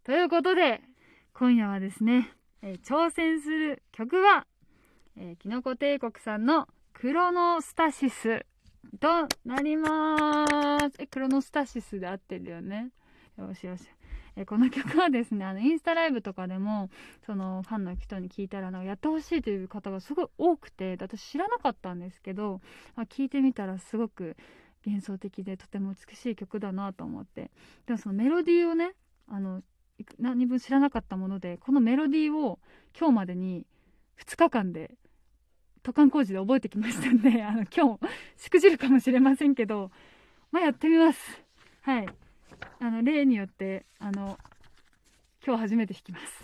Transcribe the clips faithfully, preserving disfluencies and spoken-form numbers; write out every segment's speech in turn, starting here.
ということで今夜はですね、えー、挑戦する曲は、えー、キノコ帝国さんのクロノスタシスとなります。えクロノスタシスで合ってるよね。よしよし。えこの曲はですね、あのインスタライブとかでもそのファンの人に聞いたらなんかやってほしいという方がすごい多くて、私知らなかったんですけど、まあ、聞いてみたらすごく幻想的でとても美しい曲だなと思って、でもそのメロディーをね、あの何分知らなかったもので、このメロディーを今日までにふつかかんで渡韓工事で覚えてきましたんで、あの今日しくじるかもしれませんけど、まあやってみます。はい、あの例によってあの今日初めて弾きます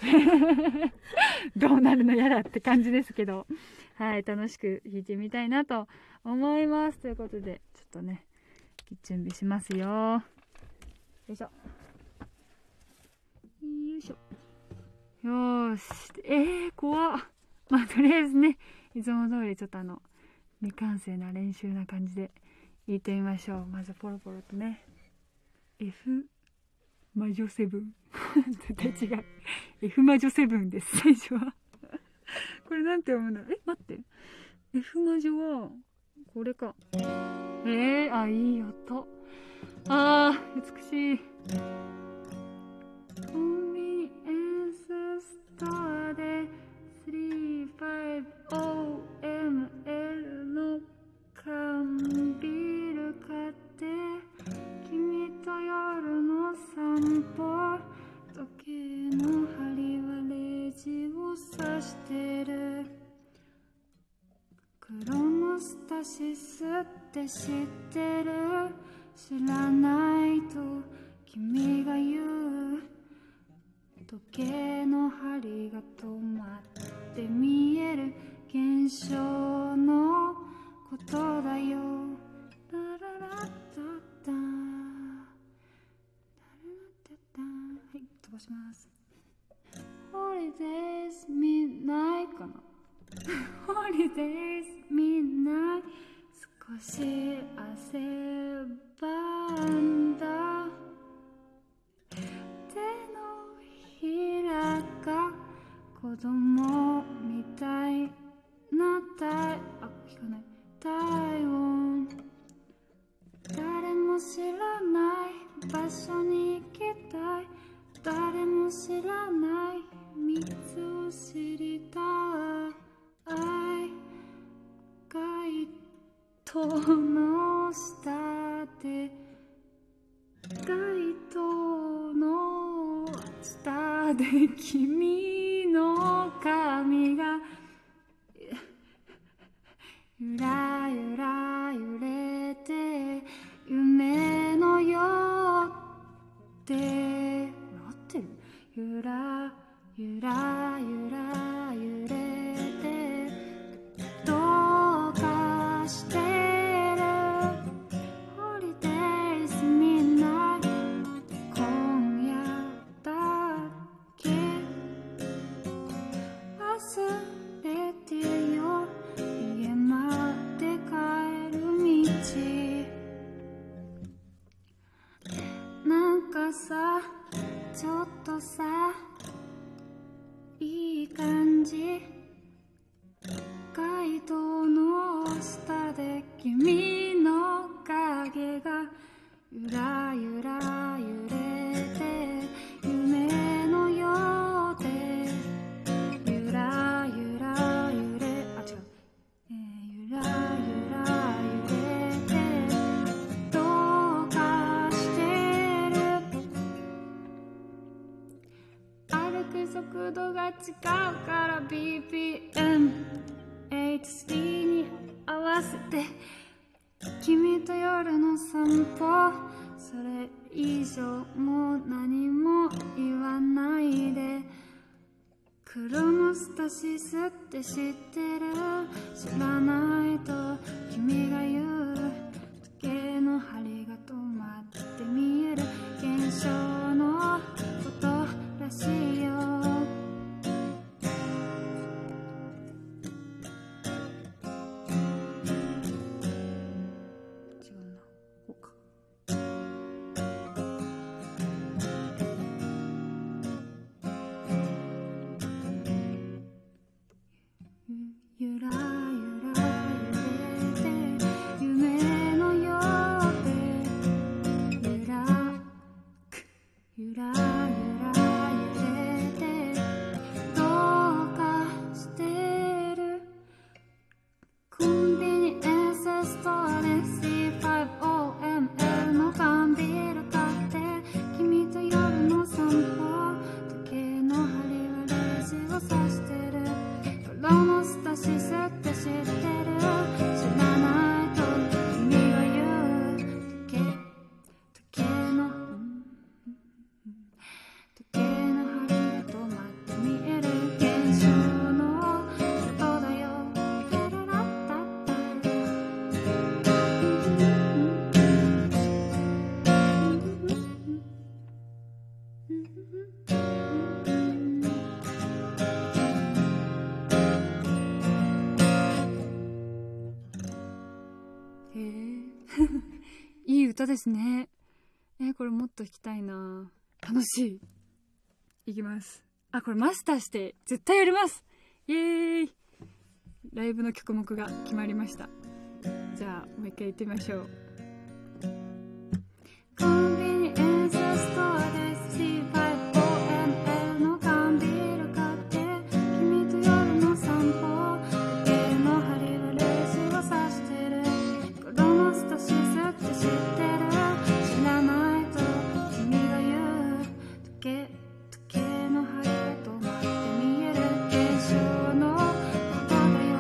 どうなるのやらって感じですけど、はい、楽しく弾いてみたいなと思います。ということでちょっとね準備しますよ。よいしょよいしょ。よーし、えー、怖っ。まあとりあえずね、いつも通りちょっとあの未完成な練習な感じで弾いてみましょう。まずポロポロとね、 F 魔女セブン絶対違うF 魔女セブンです、最初はこれなんて読むの。え、待って、 F 魔女はこれか。えー、あ、いい音。あー、美しい。コンビニエンスストアで スリーファイブオーエムエル の缶ビール買って、君と夜の散歩、時計の針はレジを刺してる。クロノスタシスって知ってる？知らないと君が言う。時計の針が止まって見える現象のことだよ。ラララッタッタ、はい、飛ばします。Holidays Midnight かなHolidays Midnight、 少し汗ばんだ手のひらが子供みたいな体、あ、聞かない、体温。誰も知らない場所に行きたい、誰も知らない秘密を知りたい。街灯の下で、街灯の下で君の髪がゆらゆら揺れて、夢のよって合ってる？ゆらゆらゆら揺れてどうかしてる。 Holidays Midnight、 今夜だけ忘れてよ、家まで帰る道。なんかさ、ちょっとさ、いい感じ。街灯の下で君の影がゆらゆら揺れて、夢のようでゆらゆら揺れ、あ、違う、えー、ゆらゆら揺れてどうかしてる。歩く速度が違うから ビーピーエムエイチスリー に合わせて君と夜の散歩、それ以上もう何も言わないで。クロノスタシスって知ってる？知らないと君が言う。時計の針が止まって見える現象のことらしいよ。違うな、こうか。 Holidays ゆらゆら揺れてどうかしてるコンビニエンスストアで シーファイブオーエムエル の缶ビール買って君と夜の散歩時計の針はレジを刺してるクロノスタシスって知ってる知らないと君が言う時計時計の時計の針が止まって見える現象のことだよラララッタッタへえいい歌ですね。えー、これもっと弾きたいな。楽しい。いきます。あ、これマスターして絶対やります。イエーイ。ライブの曲目が決まりました。じゃあもう一回言ってみましょう。コンビニエンスストアで シーファイブオーエムエル の缶ビール買って君と夜の散歩時計の針はレジを刺してるクロノスタシスって知ってる知らないと君が言う時計時計の針が止まって見える現象のことだよ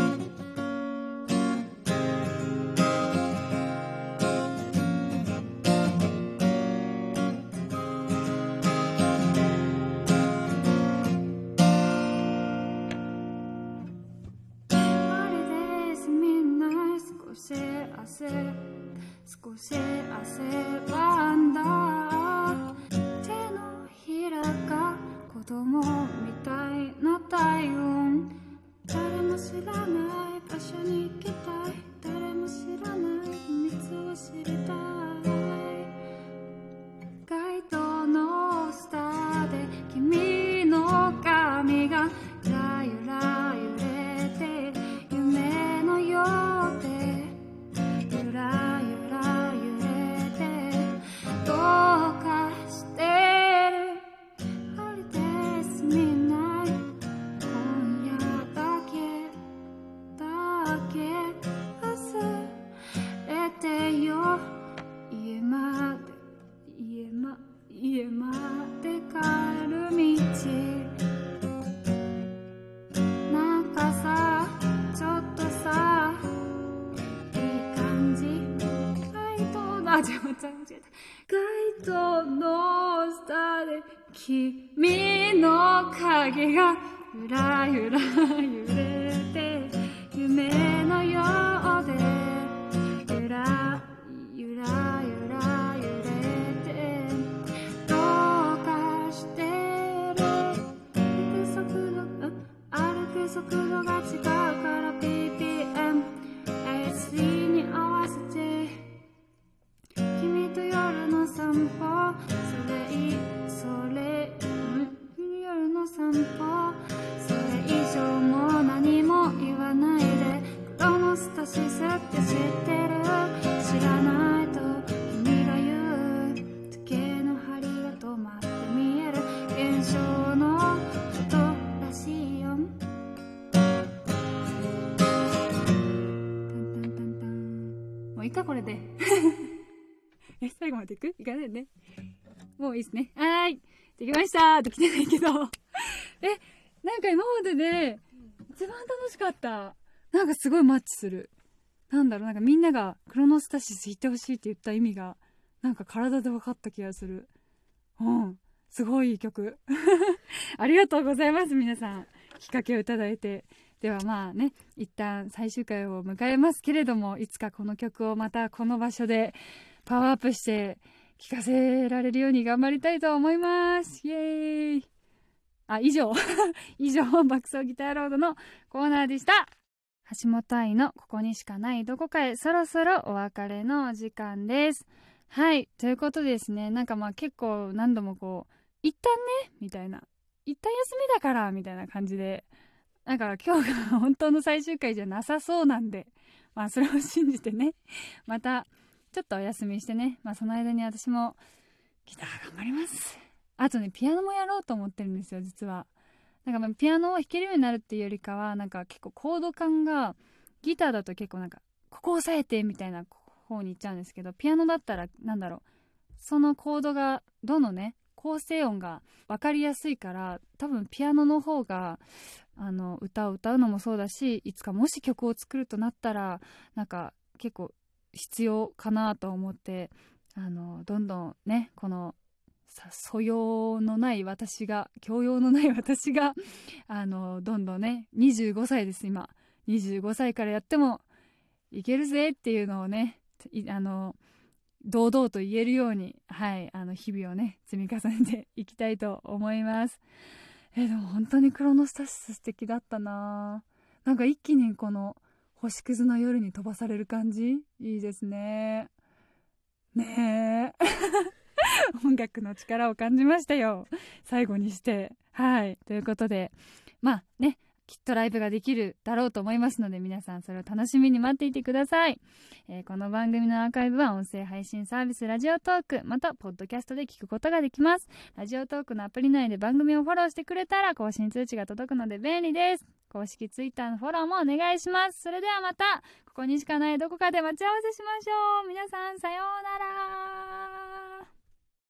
ハリデースみんな少し汗少し汗ばんだ手のひらが子供みたいな体温誰も知らない場所に行きたい誰も知らない秘密を知りたい街灯の下で君の髪がゆらゆら揺れて夢のようでゆらゆら揺れてどうかしてるハリデースミッドナイト今夜だけだけ忘れてよ家まで家ま家まで帰る道なんかさちょっとさいい感じ街灯のあ、違う間違えた街灯の下で君の影がゆらゆら揺れて夢のようでゆらゆらゆら揺れてどうかしてる歩く速度ん歩く速度が違うから ピーピーエム エーシー に合わせて君と夜の散歩それいいそれん夜の散歩それ以上も何も言わないでクロノスタシスって知ってる知らないと君が言う時計の針が止まって見える現象のことらしいよタンタンタンタンもういいかこれでえ最後までいくいかないねもういいですねはーいできましたーと来てないけどえなんか今までで一番楽しかったなんかすごいマッチするなんだろうなんかみんながクロノスタシス弾いてほしいって言った意味がなんか体で分かった気がするうんすごいいい曲ありがとうございます皆さんきっかけをいただいてではまあね一旦最終回を迎えますけれどもいつかこの曲をまたこの場所でパワーアップして聴かせられるように頑張りたいと思いますイエーイあ以上以上爆走ギターロードのコーナーでした橋本愛のここにしかないどこかへそろそろお別れのお時間ですはいということですねなんかまあ結構何度もこう一旦ねみたいな一旦休みだからみたいな感じでだから今日が本当の最終回じゃなさそうなんでまあそれを信じてねまたちょっとお休みしてねまあその間に私もギター頑張ります。あとね、ピアノもやろうと思ってるんですよ、実は。なんかまあピアノを弾けるようになるっていうよりかは、なんか結構コード感が、ギターだと結構なんか、ここ押さえてみたいな方に行っちゃうんですけど、ピアノだったら、なんだろう、そのコードが、どのね、構成音が分かりやすいから、多分ピアノの方が、あの、歌を歌うのもそうだし、いつかもし曲を作るとなったら、なんか結構必要かなと思って、あの、どんどんね、この、素養のない私が教養のない私があのどんどんねにじゅうごさいです今にじゅうごさいからやってもいけるぜっていうのをねあの堂々と言えるようにはいあの日々をね積み重ねていきたいと思います。えでも本当にクロノスタシス素敵だったな。なんか一気にこの星屑の夜に飛ばされる感じいいですね。ねえ音楽の力を感じましたよ最後にして。はいということでまあねきっとライブができるだろうと思いますので皆さんそれを楽しみに待っていてください。えー、この番組のアーカイブは音声配信サービスラジオトークまたポッドキャストで聞くことができます。ラジオトークのアプリ内で番組をフォローしてくれたら更新通知が届くので便利です。公式ツイッターのフォローもお願いします。それではまたここにしかないどこかで待ち合わせしましょう。皆さんさようなら。